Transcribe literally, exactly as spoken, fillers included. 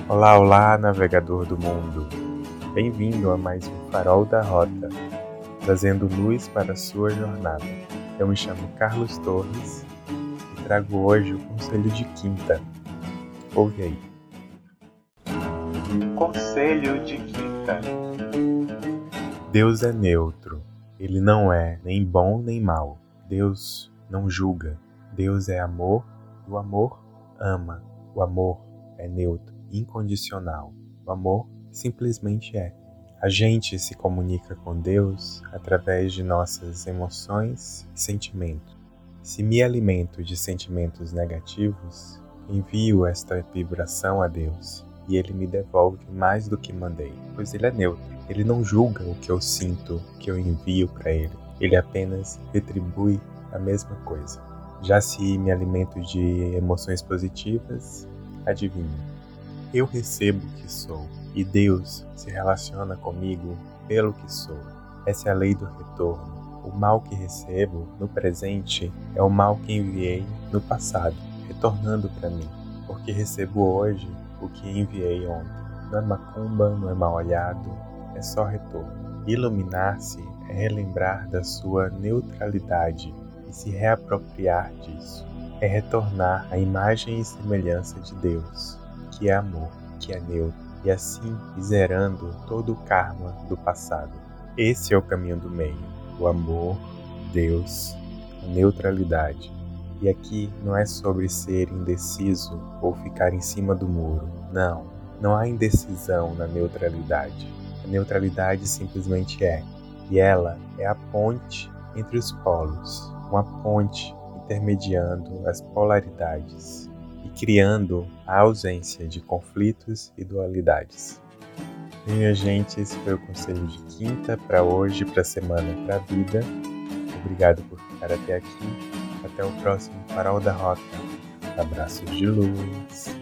Olá, olá, navegador do mundo! Bem-vindo a mais um Farol da Rota, trazendo luz para a sua jornada. Eu me chamo Carlos Torres e trago hoje o Conselho de Quinta. Ouve aí. Conselho de Quinta. Deus é neutro. Ele não é nem bom nem mau. Deus não julga. Deus é amor e o amor ama. O amor é neutro, incondicional. O amor simplesmente é. A gente se comunica com Deus através de nossas emoções e sentimentos. Se me alimento de sentimentos negativos, envio esta vibração a Deus e Ele me devolve mais do que mandei, pois Ele é neutro. Ele não julga o que eu sinto, o que eu envio para Ele. Ele apenas retribui a mesma coisa. Já se me alimento de emoções positivas, adivinha? Eu recebo o que sou e Deus se relaciona comigo pelo que sou. Essa é a lei do retorno. O mal que recebo no presente é o mal que enviei no passado, retornando para mim, porque recebo hoje o que enviei ontem. Não é macumba, não é mal olhado, é só retorno. Iluminar-se é relembrar da sua neutralidade e se reapropriar disso. É retornar à imagem e semelhança de Deus, que é amor, que é neutro, e assim ir zerando todo o karma do passado. Esse é o caminho do meio, o amor, Deus, a neutralidade. E aqui não é sobre ser indeciso ou ficar em cima do muro. Não, não há indecisão na neutralidade. A neutralidade simplesmente é, e ela é a ponte entre os polos, uma ponte intermediando as polaridades e criando a ausência de conflitos e dualidades. Minha gente, esse foi o Conselho de Quinta para hoje, para a semana, para a vida. Obrigado por ficar até aqui. Até o próximo Farol da Rota. Abraços de luz.